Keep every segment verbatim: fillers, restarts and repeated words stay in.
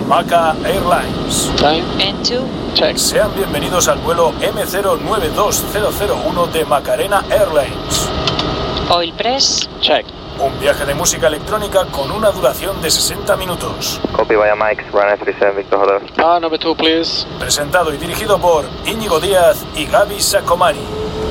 Maca Airlines. Time and two, check. Sean bienvenidos al vuelo eme cero nueve dos cero cero uno de Macarena Airlines. Oil press, check. Un viaje de música electrónica con una duración de sesenta minutos. Copy via Mike, runway treinta y siete Victor Hotel. Ah, number two, please. Presentado y dirigido por Íñigo Díaz y Gaby Sacomani.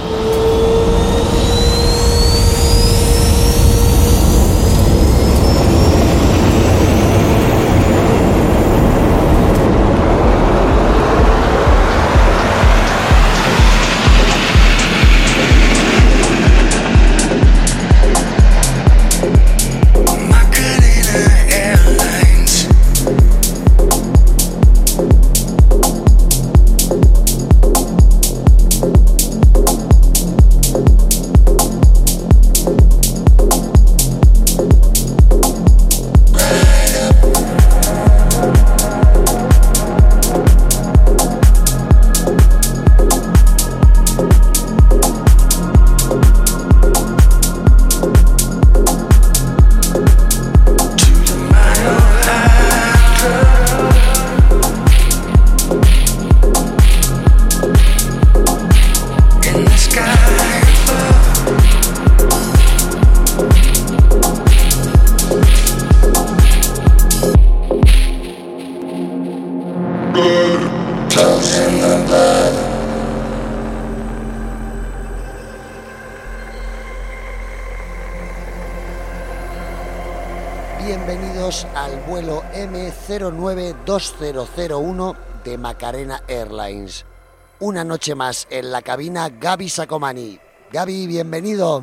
Bienvenidos al vuelo eme cero nueve dos cero cero uno de Macarena Airlines. Una noche más en la cabina Gaby Sacomani. Gaby, bienvenido.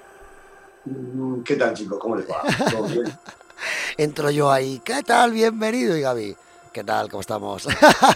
¿Qué tal, chicos? ¿Cómo les va? ¿Todo bien? Entro yo ahí. ¿Qué tal? Bienvenido. Y Gaby, ¿qué tal? ¿Cómo estamos?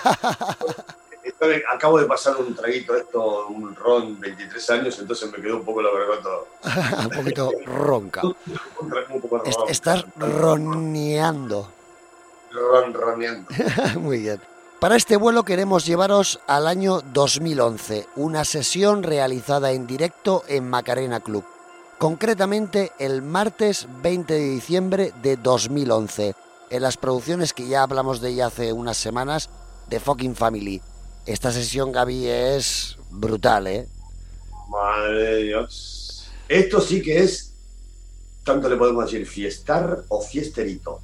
Estoy, acabo de pasar un traguito esto, un ron, veintitrés años, entonces me quedó un poco la garganta. Un poquito ronca. Un poco Est- Estás roneando. Ron, roneando. Muy bien. Para este vuelo queremos llevaros al año dos mil once, una sesión realizada en directo en Macarena Club. Concretamente el martes veinte de diciembre de dos mil once, en las producciones que ya hablamos de ella hace unas semanas, de Fucking Family. Esta sesión, Gaby, es brutal, ¿eh? Madre de Dios. Esto sí que es, tanto le podemos decir, fiestar o fiesterito.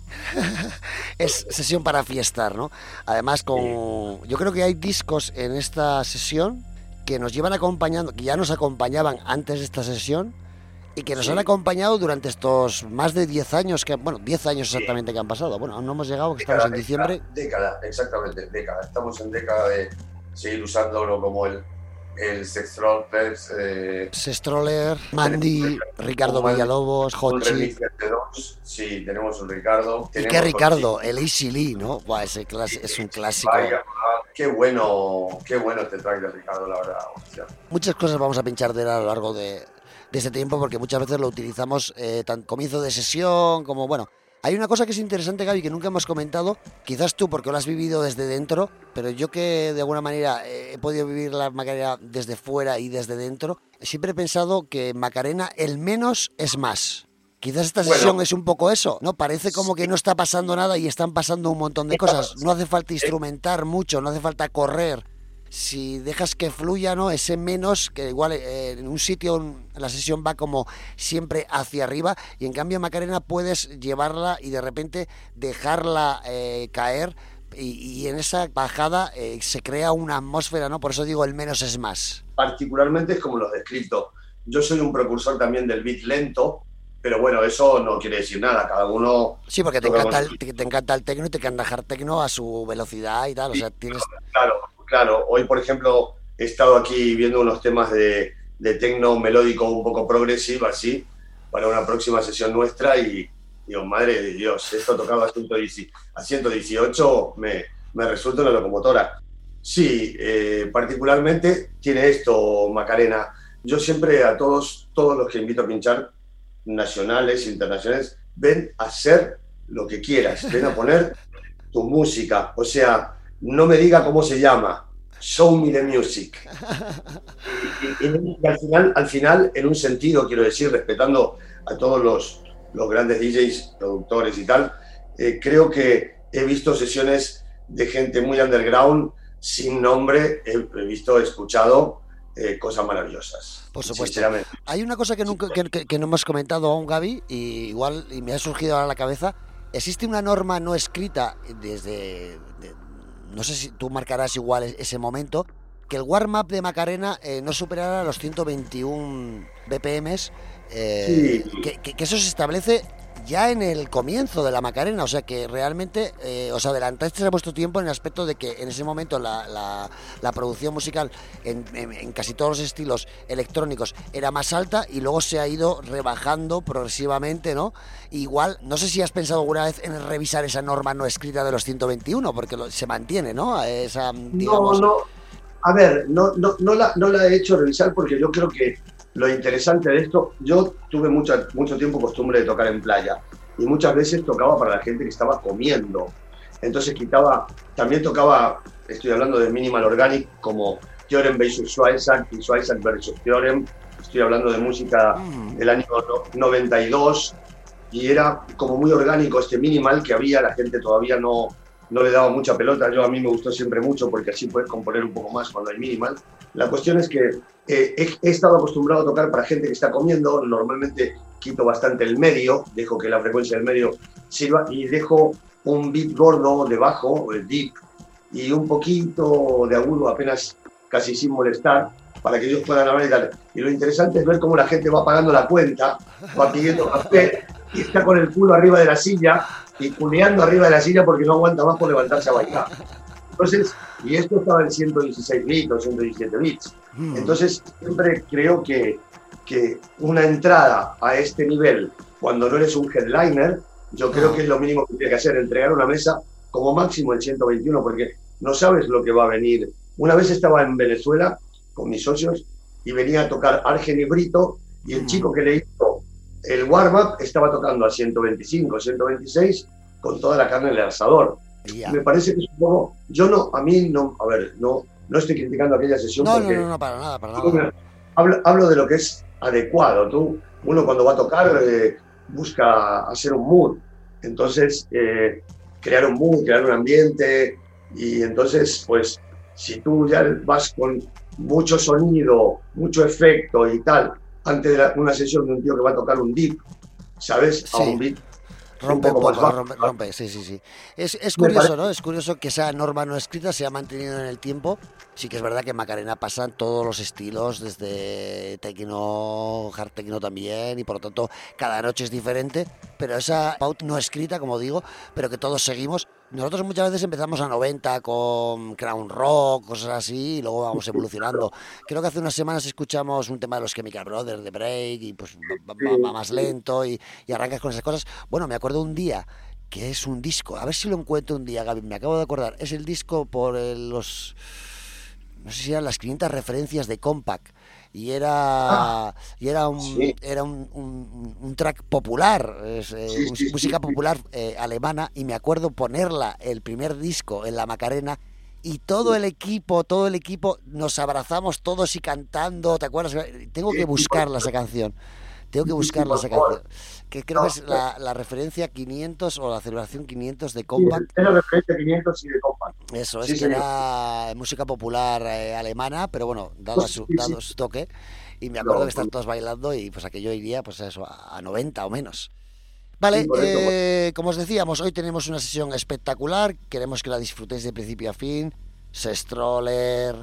Es sesión para fiestar, ¿no? Además, con yo creo que hay discos en esta sesión que nos llevan acompañando, que ya nos acompañaban antes de esta sesión y que nos Sí. han acompañado durante estos más de diez años, que bueno, diez años exactamente que han pasado. Bueno, aún no hemos llegado, que estamos en diciembre. Década, exactamente, década. Estamos en década de seguir usándolo como el, el Sextroller, eh, Sestroller, Mandy, Ricardo Mandy, Villalobos, un Hochi. remix de T dos. Sí, tenemos un Ricardo. ¿Y qué tenemos Ricardo? Hochi. El Easy Lee, ¿no? Buah, ese clas- es un clásico. Vaya, qué bueno, qué bueno este track de Ricardo, la verdad. Hostia. Muchas cosas vamos a pinchar de él a lo largo de, de este tiempo, porque muchas veces lo utilizamos eh, tan comienzo de sesión como, bueno, hay una cosa que es interesante, Gaby, que nunca hemos comentado, quizás tú porque lo has vivido desde dentro, pero yo que de alguna manera eh, he podido vivir la Macarena desde fuera y desde dentro, siempre he pensado que Macarena el menos es más. Quizás esta Bueno. sesión es un poco eso, ¿no? Parece como que no está pasando nada y están pasando un montón de cosas. No hace falta instrumentar mucho, no hace falta correr. Si dejas que fluya, ¿no? Ese menos, que igual eh, en un sitio en la sesión va como siempre hacia arriba, y en cambio Macarena puedes llevarla y de repente dejarla eh, caer, y, y en esa bajada eh, se crea una atmósfera, ¿no? Por eso digo, el menos es más. Particularmente es como los descrito. Yo soy un precursor también del beat lento, pero bueno, eso no quiere decir nada. Cada uno... Sí, porque te toca encanta, con- el, te, te encanta el tecno y te encanta dejar tecno a su velocidad y tal, o sea, tienes... Claro, claro. Hoy, por ejemplo, he estado aquí viendo unos temas de, de tecno melódico un poco progresivo, así, para una próxima sesión nuestra, y digo, madre de Dios, esto tocado a ciento diez a ciento dieciocho me, me resulta una locomotora. Sí, eh, particularmente tiene esto, Macarena. Yo siempre a todos, todos los que invito a pinchar, nacionales, internacionales, ven a hacer lo que quieras, ven a poner tu música, o sea, no me diga cómo se llama, show me the music. Y, y- y al final, al final, en un sentido, quiero decir, respetando a todos los, los grandes D Js, productores y tal, eh, creo que he visto sesiones de gente muy underground, sin nombre, he, he visto, he escuchado eh, cosas maravillosas. Por supuesto. Hay una cosa que, nunca, que, que, que no hemos comentado aún, Gaby, y igual y me ha surgido ahora a la cabeza. Existe una norma no escrita desde, de, no sé si tú marcarás igual ese momento, que el warm-up de Macarena eh, no superara los ciento veintiún B P Ms, eh, sí. que, que, que eso se establece ya en el comienzo de la Macarena, o sea que realmente eh, os adelantasteis a vuestro tiempo en el aspecto de que en ese momento la, la, la producción musical en, en, en casi todos los estilos electrónicos era más alta y luego se ha ido rebajando progresivamente, ¿no? Igual, no sé si has pensado alguna vez en revisar esa norma no escrita de los ciento veintiuno, porque lo, se mantiene, ¿no? Esa, digamos... No, no, a ver, no, no, no, la, no la he hecho revisar porque yo creo que lo interesante de esto, yo tuve mucha, mucho tiempo costumbre de tocar en playa y muchas veces tocaba para la gente que estaba comiendo. Entonces quitaba, también tocaba, estoy hablando de Minimal Organic, como Theorem versus Swaizak y Swaizak versus Theorem. Estoy hablando de música del año noventa y dos y era como muy orgánico este Minimal que había, la gente todavía no, no le daba mucha pelota. Yo a mí me gustó siempre mucho porque así puedes componer un poco más cuando hay Minimal. La cuestión es que eh, he, he estado acostumbrado a tocar para gente que está comiendo. Normalmente quito bastante el medio, dejo que la frecuencia del medio sirva y dejo un beat gordo debajo, el deep, y un poquito de agudo apenas casi sin molestar para que ellos puedan hablar y tal. Y lo interesante es ver cómo la gente va pagando la cuenta, va pidiendo café y está con el culo arriba de la silla y culeando arriba de la silla porque no aguanta más por levantarse a bailar. Entonces, y esto estaba en ciento dieciséis bits o ciento diecisiete bits. Entonces, siempre creo que, que una entrada a este nivel, cuando no eres un headliner, yo creo que es lo mínimo que tienes que hacer, entregar una mesa como máximo en ciento veintiuno, porque no sabes lo que va a venir. Una vez estaba en Venezuela con mis socios y venía a tocar Argen y Brito, y el chico que le hizo el warm-up estaba tocando a ciento veinticinco, ciento veintiséis, con toda la carne en el asador. Yeah. Me parece que es un poco... Yo no, a mí no... A ver, no, no estoy criticando aquella sesión no, porque... No, no, no, para nada, para nada. Hablo, hablo de lo que es adecuado. Tú, uno cuando va a tocar eh, busca hacer un mood. Entonces, eh, crear un mood, crear un ambiente. Y entonces, pues, si tú ya vas con mucho sonido, mucho efecto y tal, antes de la, una sesión de un tío que va a tocar un deep, ¿sabes? Sí. A un beat. Rompe un poco, un poco rompe, rompe, sí, sí, sí. Es, es curioso, ¿no? Es curioso que esa norma no escrita se ha mantenido en el tiempo. Sí que es verdad que en Macarena pasan todos los estilos, desde techno, hard techno también, y por lo tanto cada noche es diferente, pero esa pauta no escrita, como digo, pero que todos seguimos. Nosotros muchas veces empezamos a noventa con Crown Rock, cosas así, y luego vamos evolucionando. Creo que hace unas semanas escuchamos un tema de los Chemical Brothers, de Break, y pues va, va, va más lento, y, y arrancas con esas cosas. Bueno, me acuerdo un día que es un disco, a ver si lo encuentro un día, Gaby, me acabo de acordar, es el disco por el, los... no sé si eran las quinientas referencias de Compact, y era ah, y era un sí. era un, un, un track popular, es, eh, sí, sí, música sí, popular eh, alemana, y me acuerdo ponerla, el primer disco, en la Macarena, y todo el equipo, todo el equipo nos abrazamos todos y cantando, ¿te acuerdas? Tengo que buscarla esa canción. Tengo que buscarla esa canción, que creo que es la, la referencia quinientos o la celebración quinientos de Compact. Sí, es la referencia quinientos y de Compact. Eso, es sí, que señor. Era música popular eh, alemana, pero bueno, dado pues, su, sí, dado sí. su toque, y me acuerdo no, que están no. todos bailando y pues aquello iría pues a eso, a noventa o menos. Vale, Sí, correcto, eh, como os decíamos, hoy tenemos una sesión espectacular, queremos que la disfrutéis de principio a fin. Sestroller,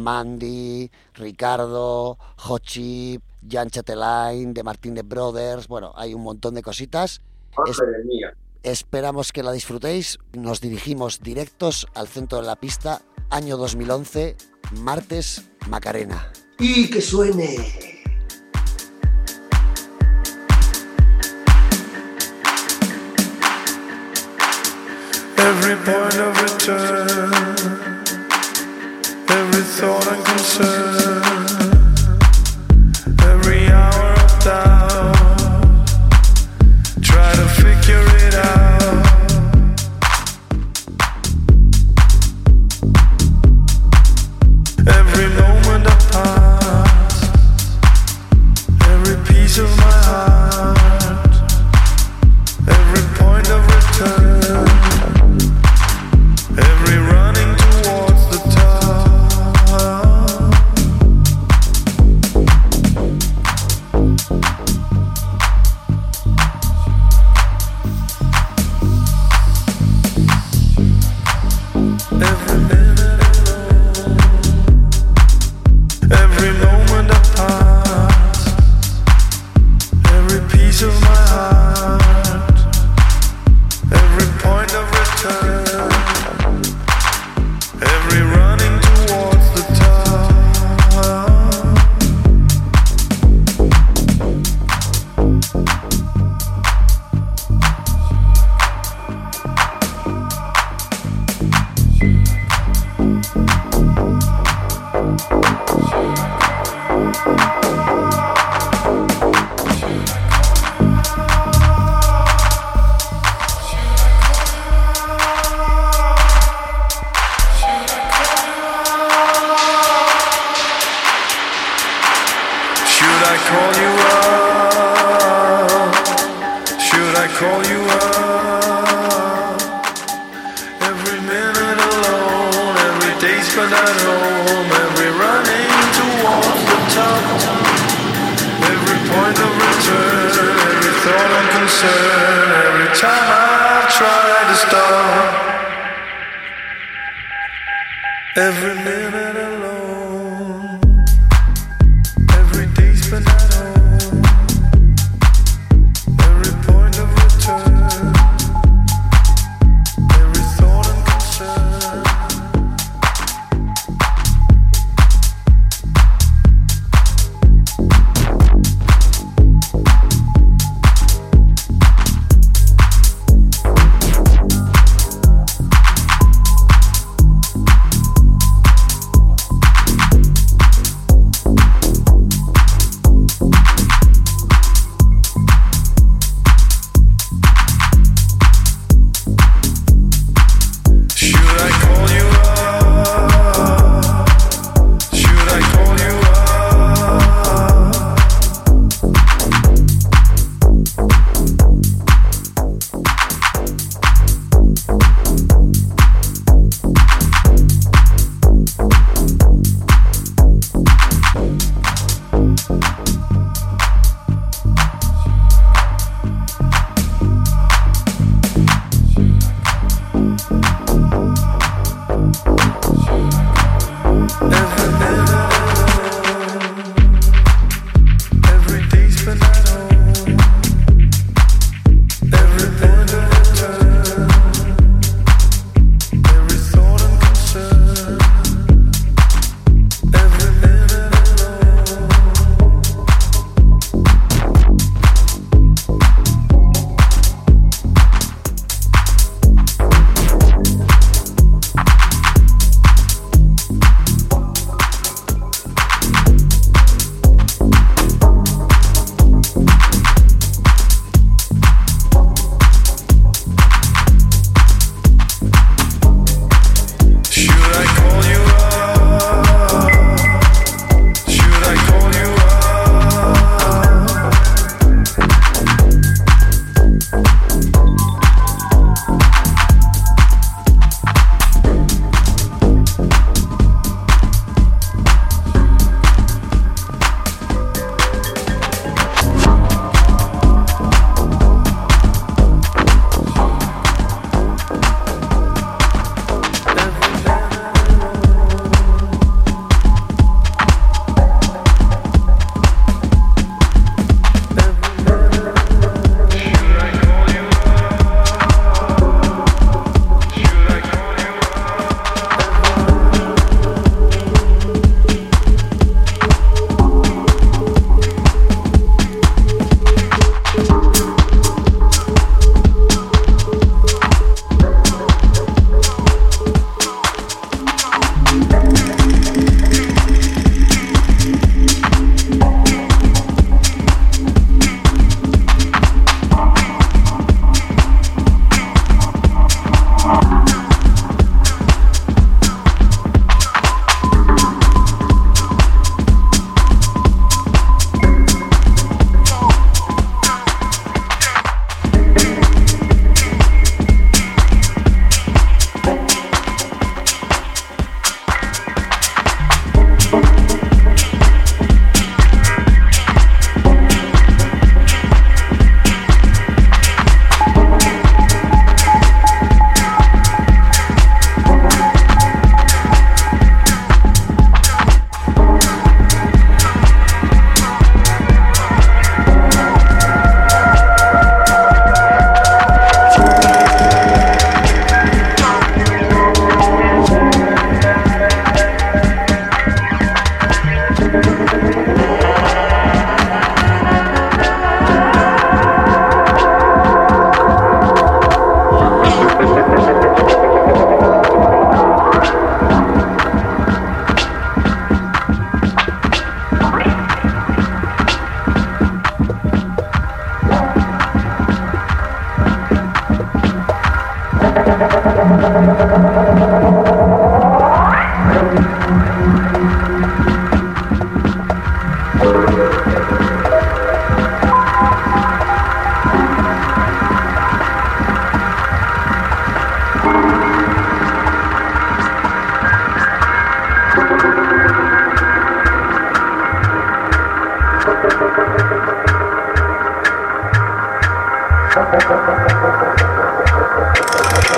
Mandy, Ricardo, Hot Chip, Jan Chatelain, de Martín de Brothers, bueno, hay un montón de cositas. Es, esperamos que la disfrutéis. Nos dirigimos directos al centro de la pista, año dos mil once, martes, Macarena. ¡Y que suene! Every point of return, every thought and concern, every hour of doubt, try to figure it out. Every moment that passed, every piece of my heart, every point of return. call you up. Every minute alone, every day spent at home, every running towards the top, every point of return, every thought and concern, every time I try to stop. Every minute alone, every day spent at home, every point of return, every thought and concern.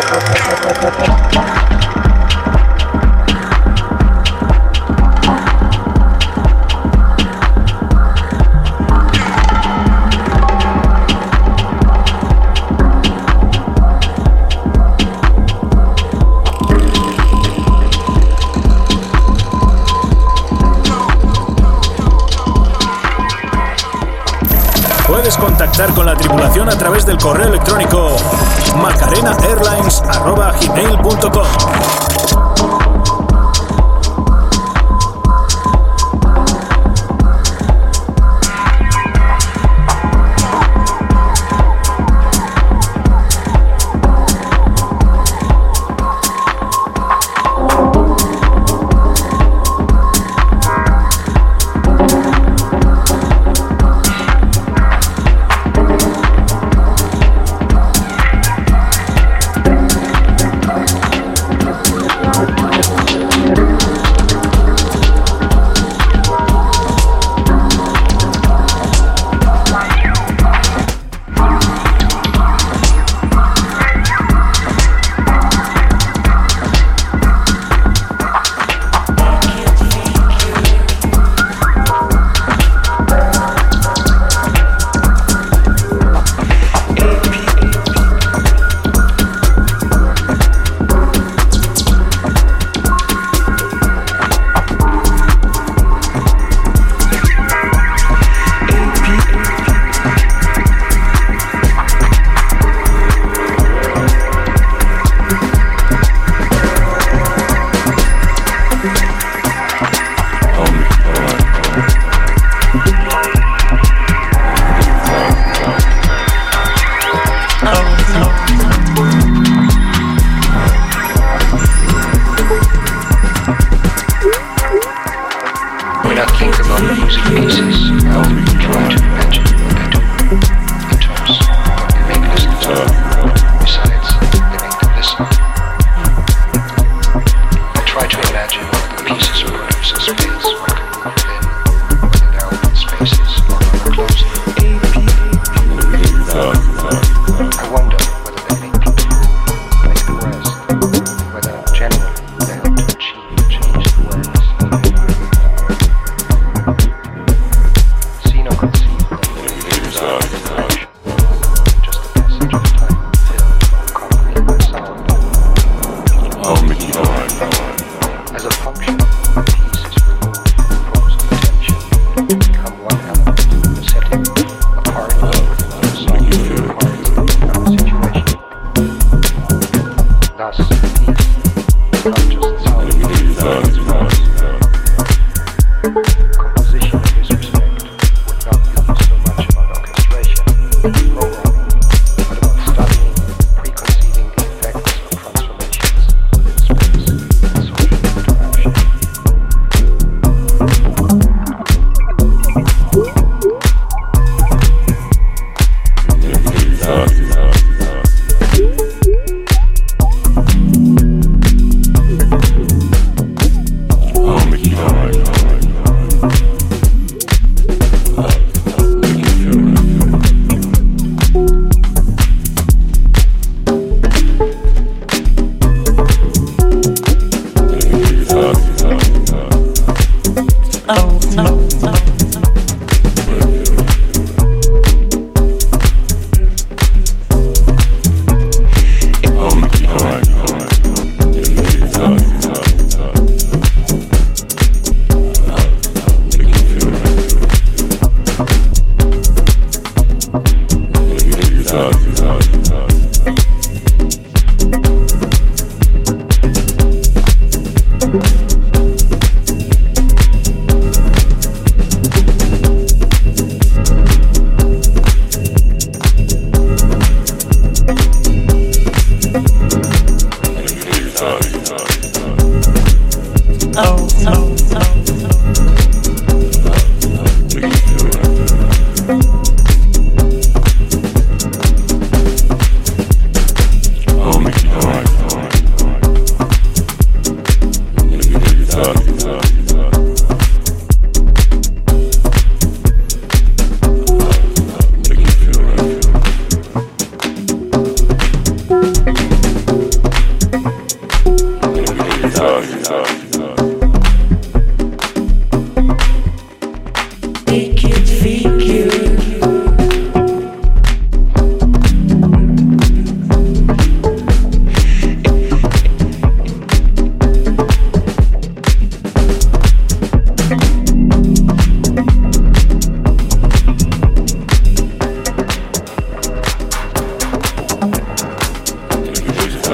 Puedes contactar con la tripulación a través del correo electrónico macarena airlines arroba gmail punto com.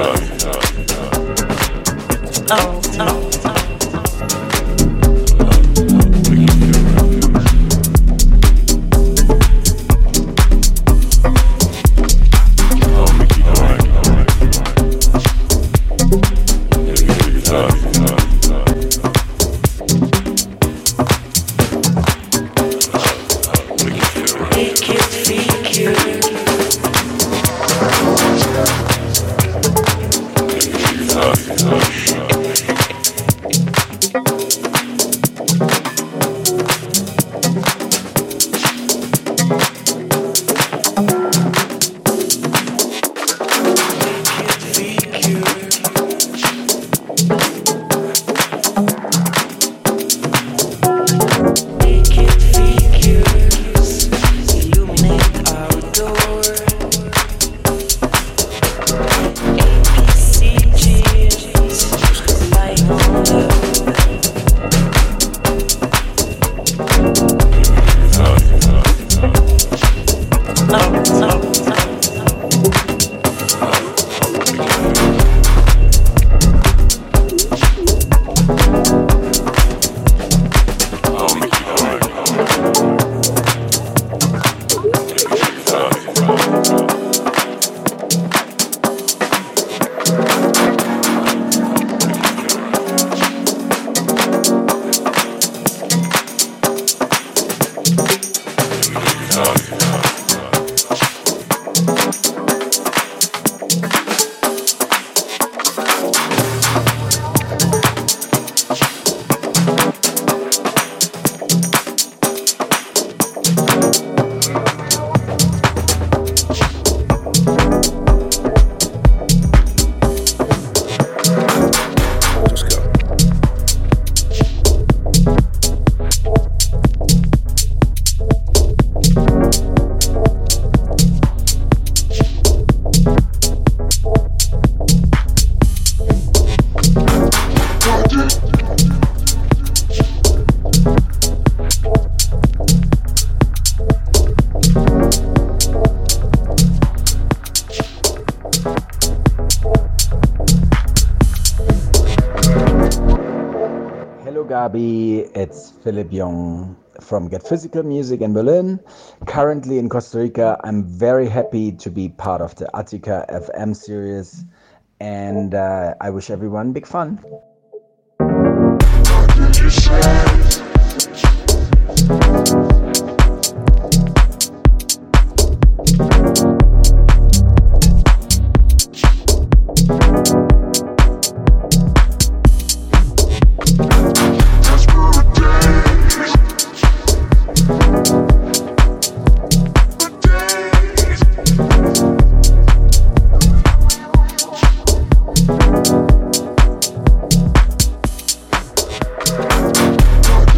Gabi, it's Philip Young from Get Physical Music in Berlin. Currently in Costa Rica, I'm very happy to be part of the Attica F M series, and uh, I wish everyone big fun. What did you say? What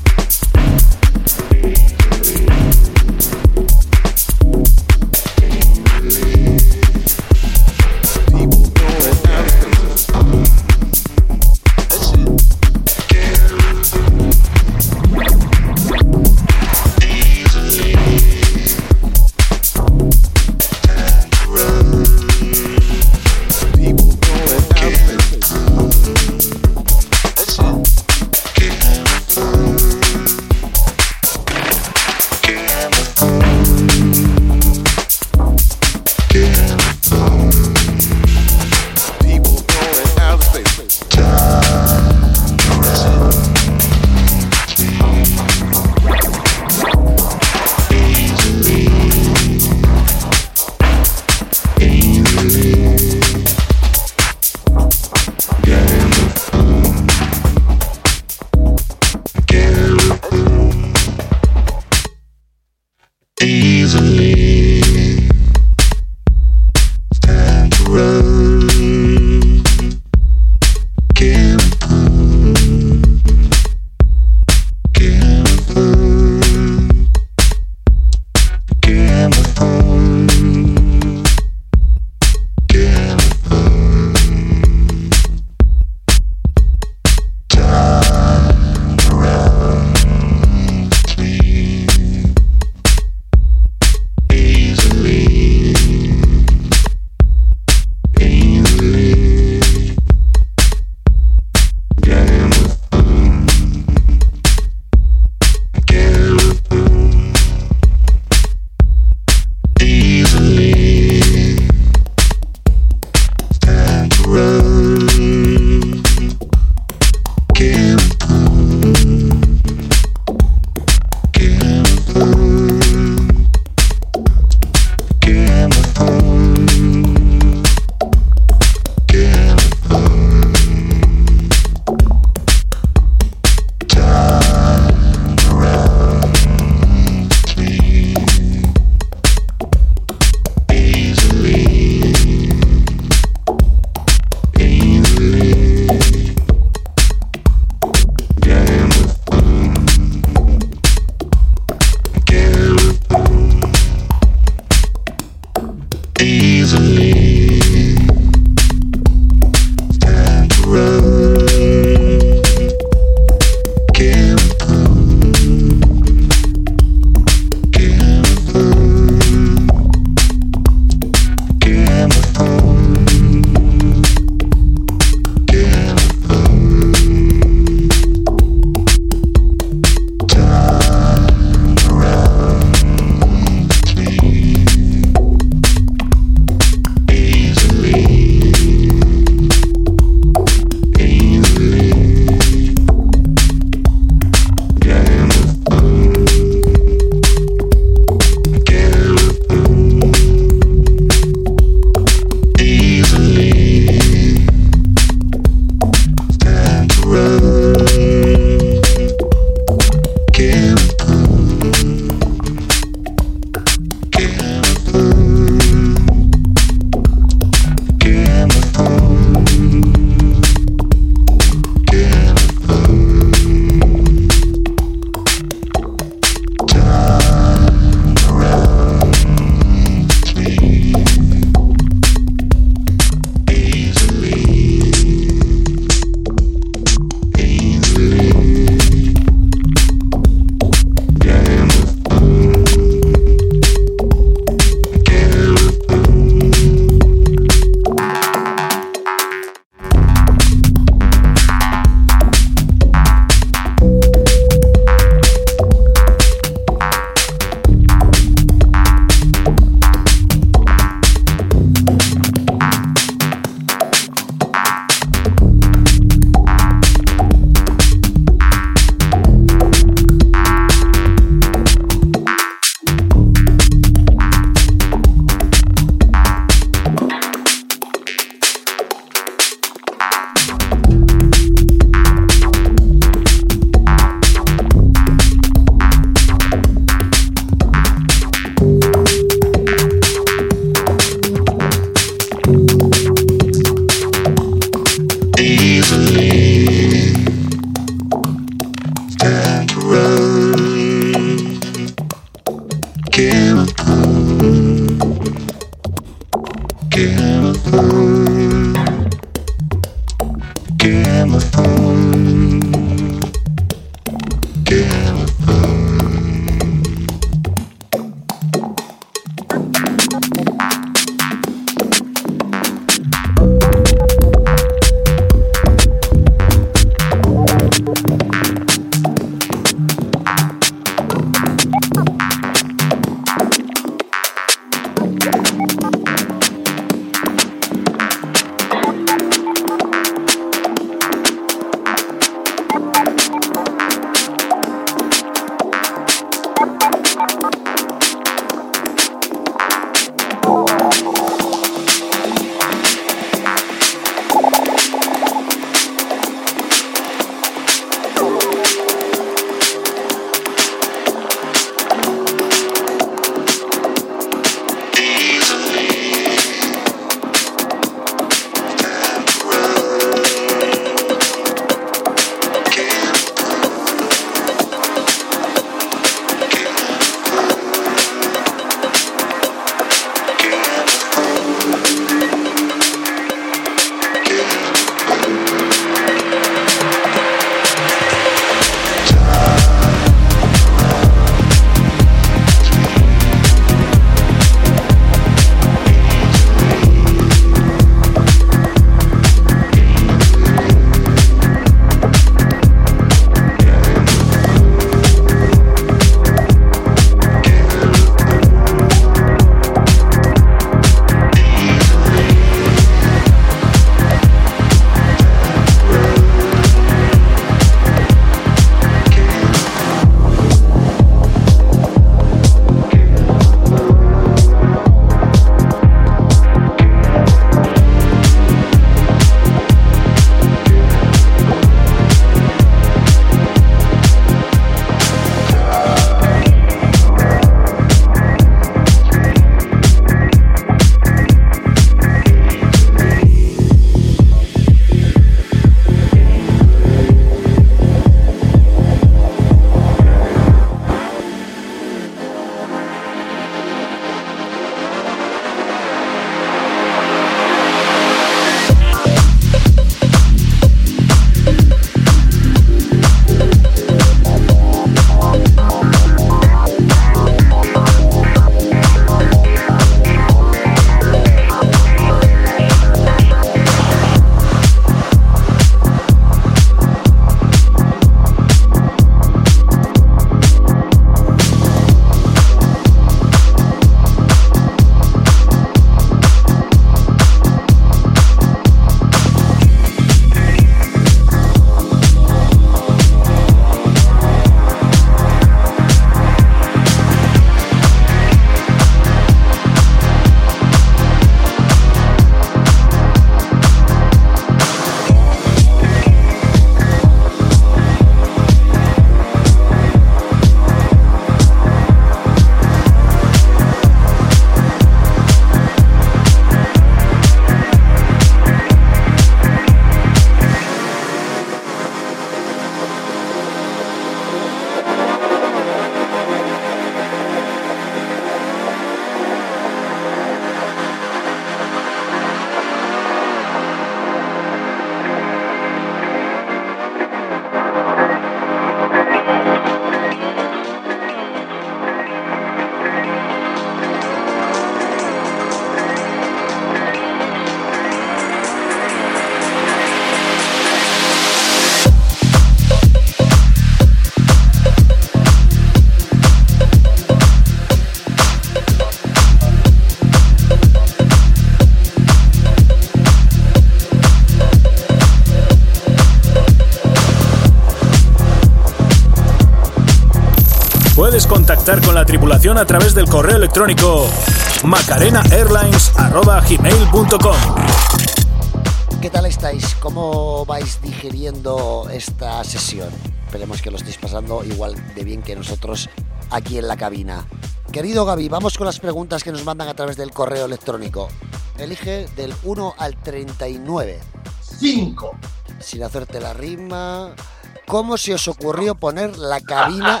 contactar con la tripulación a través del correo electrónico macarena airlines arroba gmail punto com. ¿Qué tal estáis? ¿Cómo vais digiriendo esta sesión? Esperemos que lo estéis pasando igual de bien que nosotros aquí en la cabina. Querido Gaby, vamos con las preguntas que nos mandan a través del correo electrónico. Elige del uno al treinta y nueve. cinco. Sin hacerte la rima. ¿Cómo se os ocurrió poner la cabina?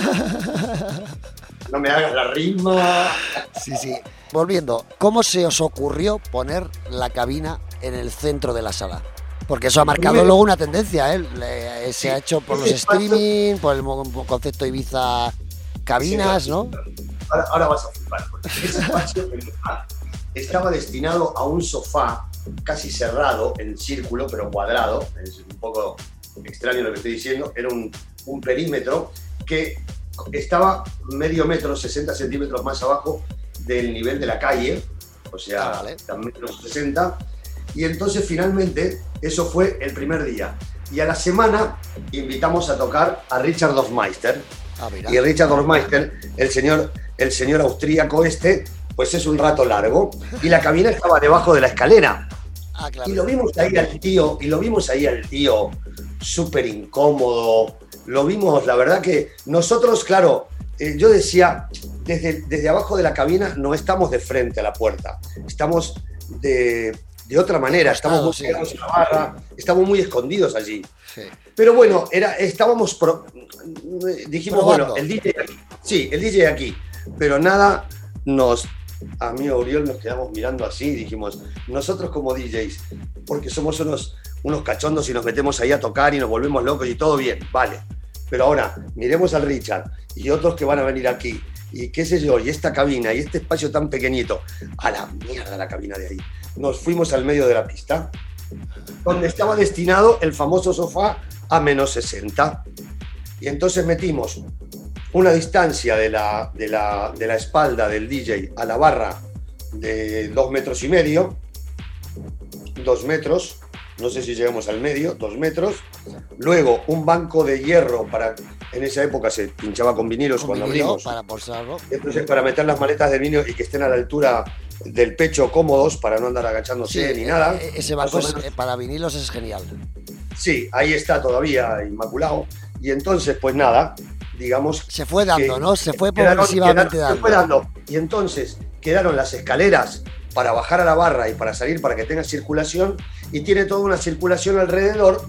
No me hagas la rima. Sí, sí. Volviendo, ¿cómo se os ocurrió poner la cabina en el centro de la sala? Porque eso ha marcado Primero, luego una tendencia, ¿eh? Le- se ha hecho por los ese espacio- streaming, por el mo- concepto Ibiza cabinas, ¿no? Ahora, ahora vas a flipar, porque ese espacio estaba destinado a un sofá casi cerrado, en círculo, pero cuadrado. Es un poco extraño lo que estoy diciendo. Era un, un perímetro que estaba medio metro, sesenta centímetros más abajo del nivel de la calle, o sea, Ah, vale. a metros sesenta. Y entonces finalmente eso fue el primer día. Y a la semana invitamos a tocar a Richard Hofmeister. Ah, mira. Y Richard Hofmeister, el señor, el señor austríaco este, pues es un rato largo. Y la cabina estaba debajo de la escalera. Ah, claro. Y lo vimos ahí al tío, y lo vimos ahí al tío súper incómodo. Lo vimos, la verdad que nosotros, claro, eh, yo decía, desde, desde abajo de la cabina no estamos de frente a la puerta. Estamos de, de otra manera, estamos muy sí. pegados a la barra, estamos muy escondidos allí. Sí. Pero bueno, era, estábamos, pro- dijimos, Probando. bueno, el D J aquí. Sí, el D J aquí. Pero nada, nos, a mí Oriol nos quedamos mirando así y dijimos, nosotros como D Js, porque somos unos, unos cachondos y nos metemos ahí a tocar y nos volvemos locos y todo bien, vale. Pero ahora, miremos al Richard y otros que van a venir aquí y qué sé yo, y esta cabina y este espacio tan pequeñito, a la mierda la cabina de ahí. Nos fuimos al medio de la pista, donde estaba destinado el famoso sofá a menos sesenta. Y entonces metimos una distancia de la, de la, de la espalda del D J a la barra de dos metros y medio, dos metros, no sé si llegamos al medio, dos metros. Luego un banco de hierro para, en esa época se pinchaba con vinilos Con cuando vinilo abrimos. para posarlo. Entonces, para meter las maletas de vinilo y que estén a la altura del pecho cómodos para no andar agachándose Sí, ni nada. eh, Ese Más banco o es- menos. eh, para vinilos es genial. Sí, ahí está todavía inmaculado. Y entonces, pues nada, digamos. Se fue dando, que ¿no? Se fue quedaron- progresivamente quedaron- dando. se fue dando. Y entonces quedaron las escaleras para bajar a la barra y para salir para que tenga circulación. Y tiene toda una circulación alrededor,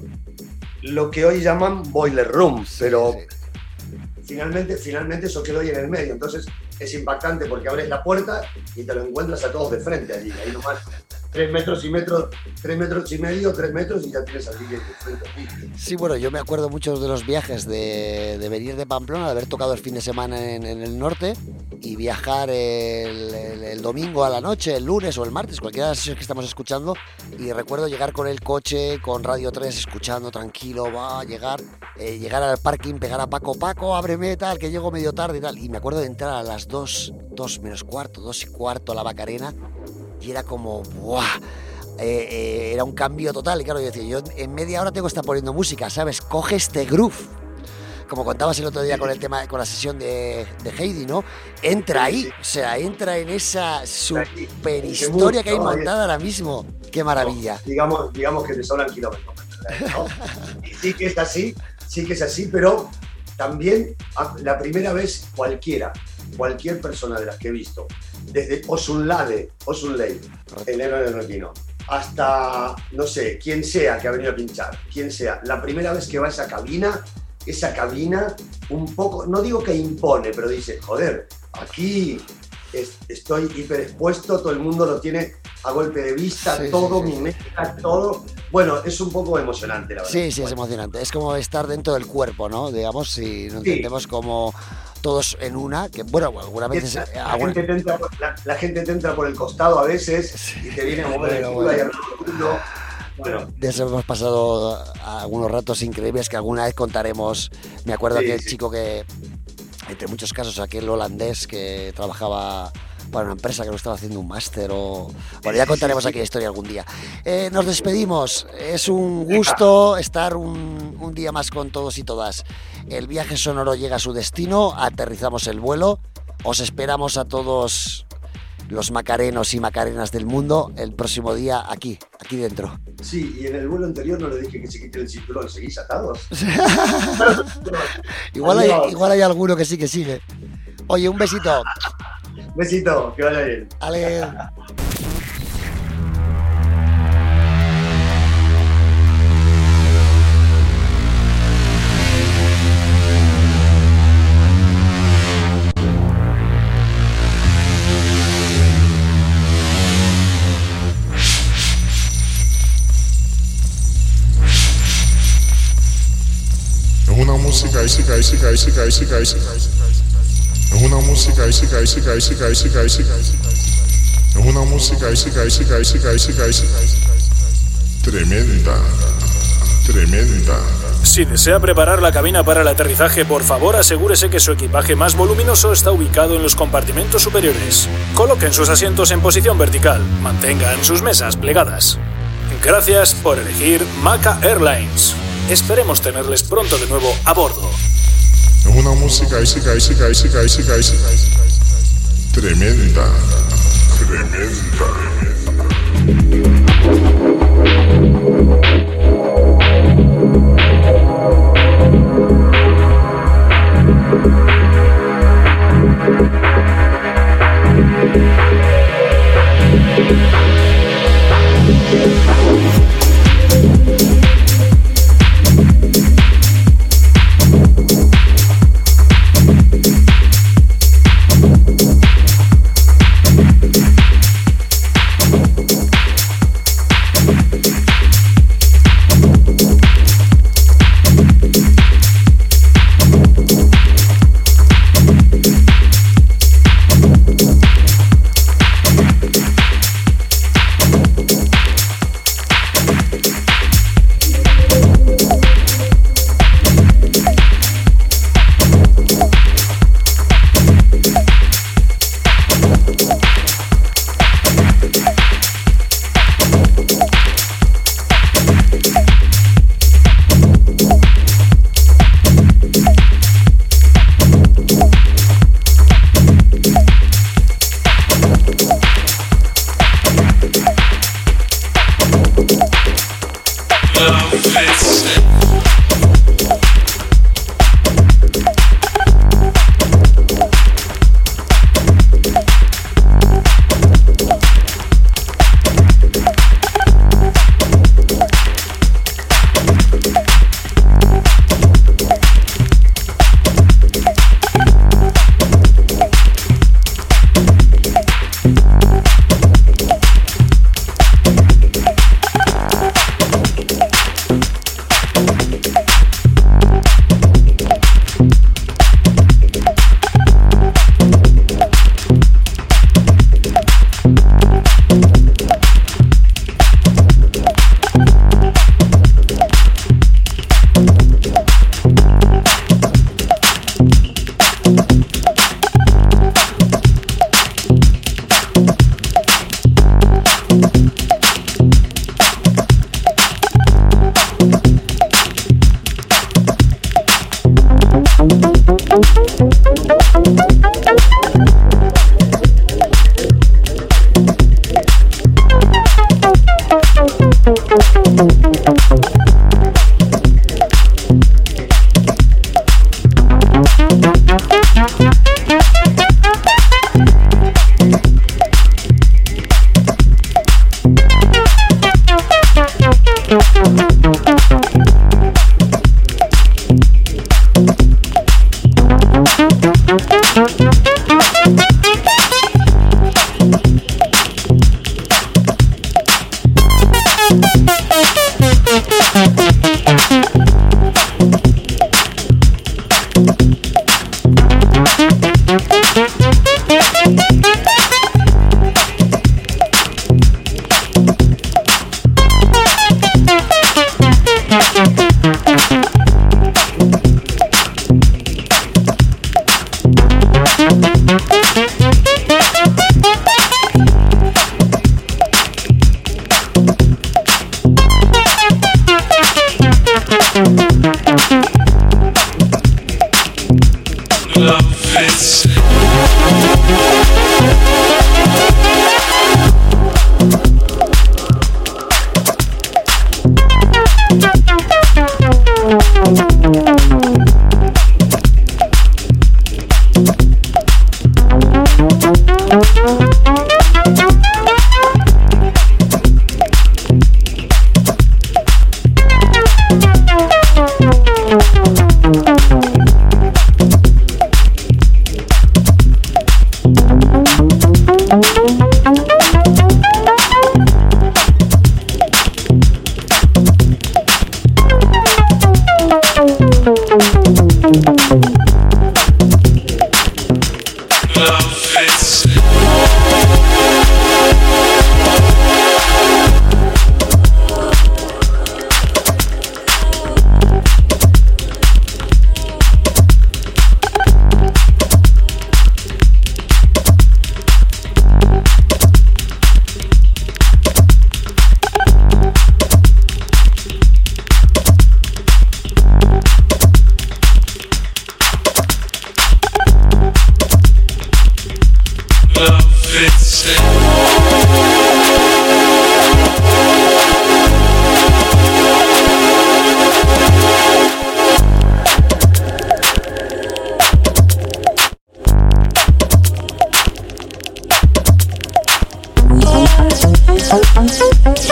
lo que hoy llaman boiler room. Pero Sí. finalmente, finalmente eso quedó ahí en el medio. Entonces es impactante porque abres la puerta y te lo encuentras a todos de frente allí. Ahí nomás, tres metros y metros, tres metros y medio, tres metros y ya tienes al D J de frente a ti. Sí, bueno, yo me acuerdo mucho de los viajes de, de venir de Pamplona, de haber tocado el fin de semana en, en el norte y viajar el, el- el domingo a la noche, el lunes o el martes, cualquiera de las sesiones que estamos escuchando. Y recuerdo llegar con el coche, con Radio tres, escuchando tranquilo, va a llegar, eh, llegar al parking, pegar a Paco, Paco, ábreme, tal, que llego medio tarde y tal. Y me acuerdo de entrar a las dos, dos menos cuarto, dos y cuarto a la Macarena y era como, ¡buah! Eh, eh, era un cambio total. Y claro, yo decía, yo en media hora tengo que estar poniendo música, ¿sabes? Coge este groove. Como contabas el otro día con el tema, con la sesión de, de Heidi, ¿no? Entra ahí, o sea, entra en esa super historia que hay montada ahora mismo. ¡Qué maravilla! Digamos, digamos que te sobran kilómetros, ¿no? Y sí que es así, sí que es así, pero también a- la primera vez cualquiera, cualquier persona de las que he visto, desde Osunlade, Osunlade, el héroe del Retino, hasta, no sé, quien sea que ha venido a pinchar, quien sea, la primera vez que va a esa cabina, esa cabina un poco, no digo que impone, pero dice, joder, aquí es- estoy hiperexpuesto, todo el mundo lo tiene a golpe de vista, Sí, todo, sí, sí, mi mezcla, todo. Bueno, es un poco emocionante, la verdad. Sí, sí, es Bueno, emocionante. Es como estar dentro del cuerpo, ¿no? Digamos, si nos Sí. entendemos como todos en una, que bueno, algunas veces... La, eh, la alguna- gente te entra por, la, la gente te entra por el costado a veces y te viene a mover Bueno, el culo bueno. y a el culo. Bueno, De eso hemos pasado algunos ratos increíbles que alguna vez contaremos. Me acuerdo Sí, aquel sí. chico que, entre muchos casos, aquel holandés que trabajaba para una empresa que lo estaba haciendo un máster o... Bueno, ya contaremos aquí la historia algún día. Eh, nos despedimos. Es un gusto estar un, un día más con todos y todas. El viaje sonoro llega a su destino, aterrizamos el vuelo. Os esperamos a todos los macarenos y macarenas del mundo el próximo día aquí, aquí dentro. Sí, y en el vuelo anterior no le dije que se quite el cinturón, ¿seguís atados? igual, hay, igual hay alguno que sí que sigue. Oye, un besito. Besito, que vaya bien. Ale. Es una música, y siga, y siga, y siga, y siga, y siga. Es una música, y siga, y siga, y siga, y siga, y siga. Es una música, y siga, y siga, y siga, y siga, y siga. Tremenda, tremenda. Si desea preparar la cabina para el aterrizaje, por favor asegúrese que su equipaje más voluminoso está ubicado en los compartimentos superiores. Coloquen sus asientos en posición vertical, mantengan sus mesas plegadas. Gracias por elegir Maca Airlines. Esperemos tenerles pronto de nuevo a bordo. Es una música, y siga, y siga, y siga, y siga, y siga. Tremenda, tremenda.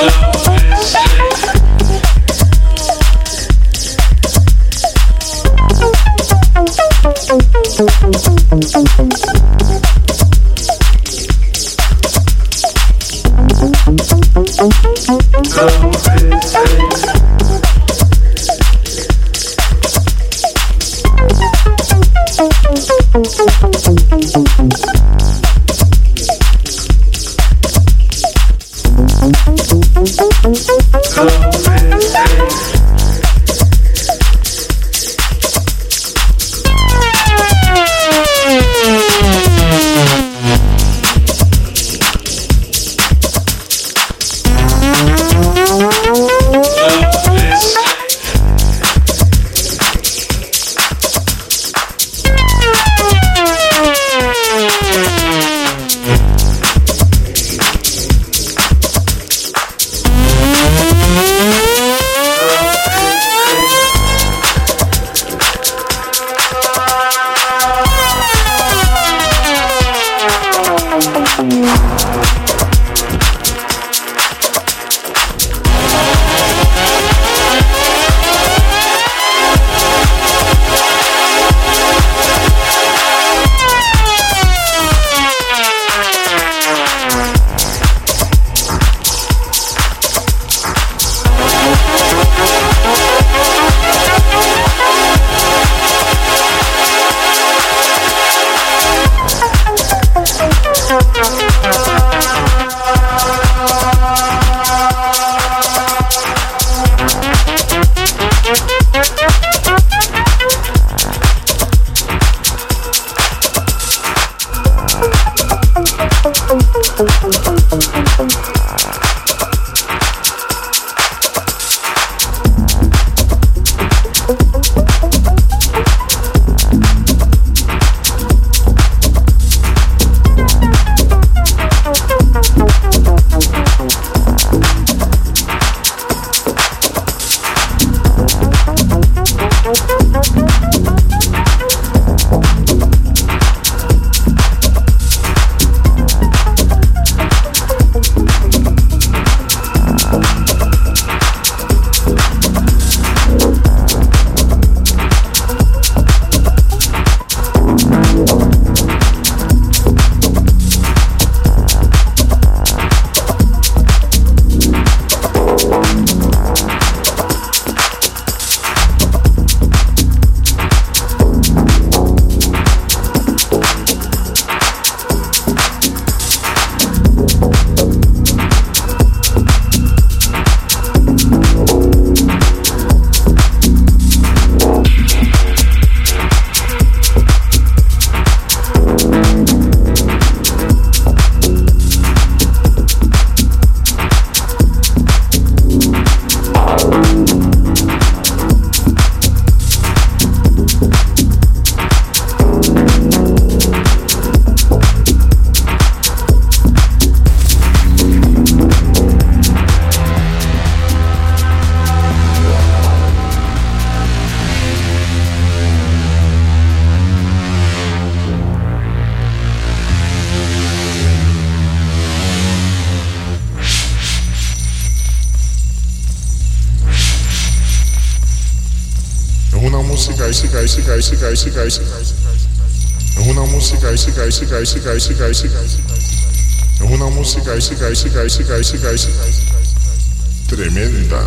música, música, música, música, música, música. Es una música, música, música, música, música, música. Es una música, música, música, música, música, música. Tremenda,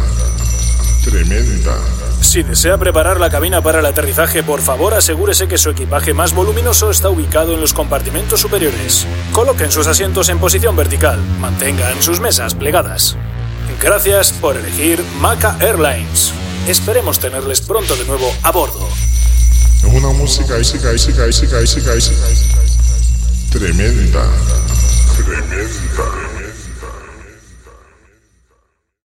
tremenda. Si desea preparar la cabina para el aterrizaje, por favor asegúrese que su equipaje más voluminoso está ubicado en los compartimentos superiores. Coloquen sus asientos en posición vertical. Mantengan sus mesas plegadas. Gracias por elegir Maca Airlines. Esperemos tenerles pronto de nuevo a bordo. Es una música, música, música, música, música, música. Tremenda, tremenda.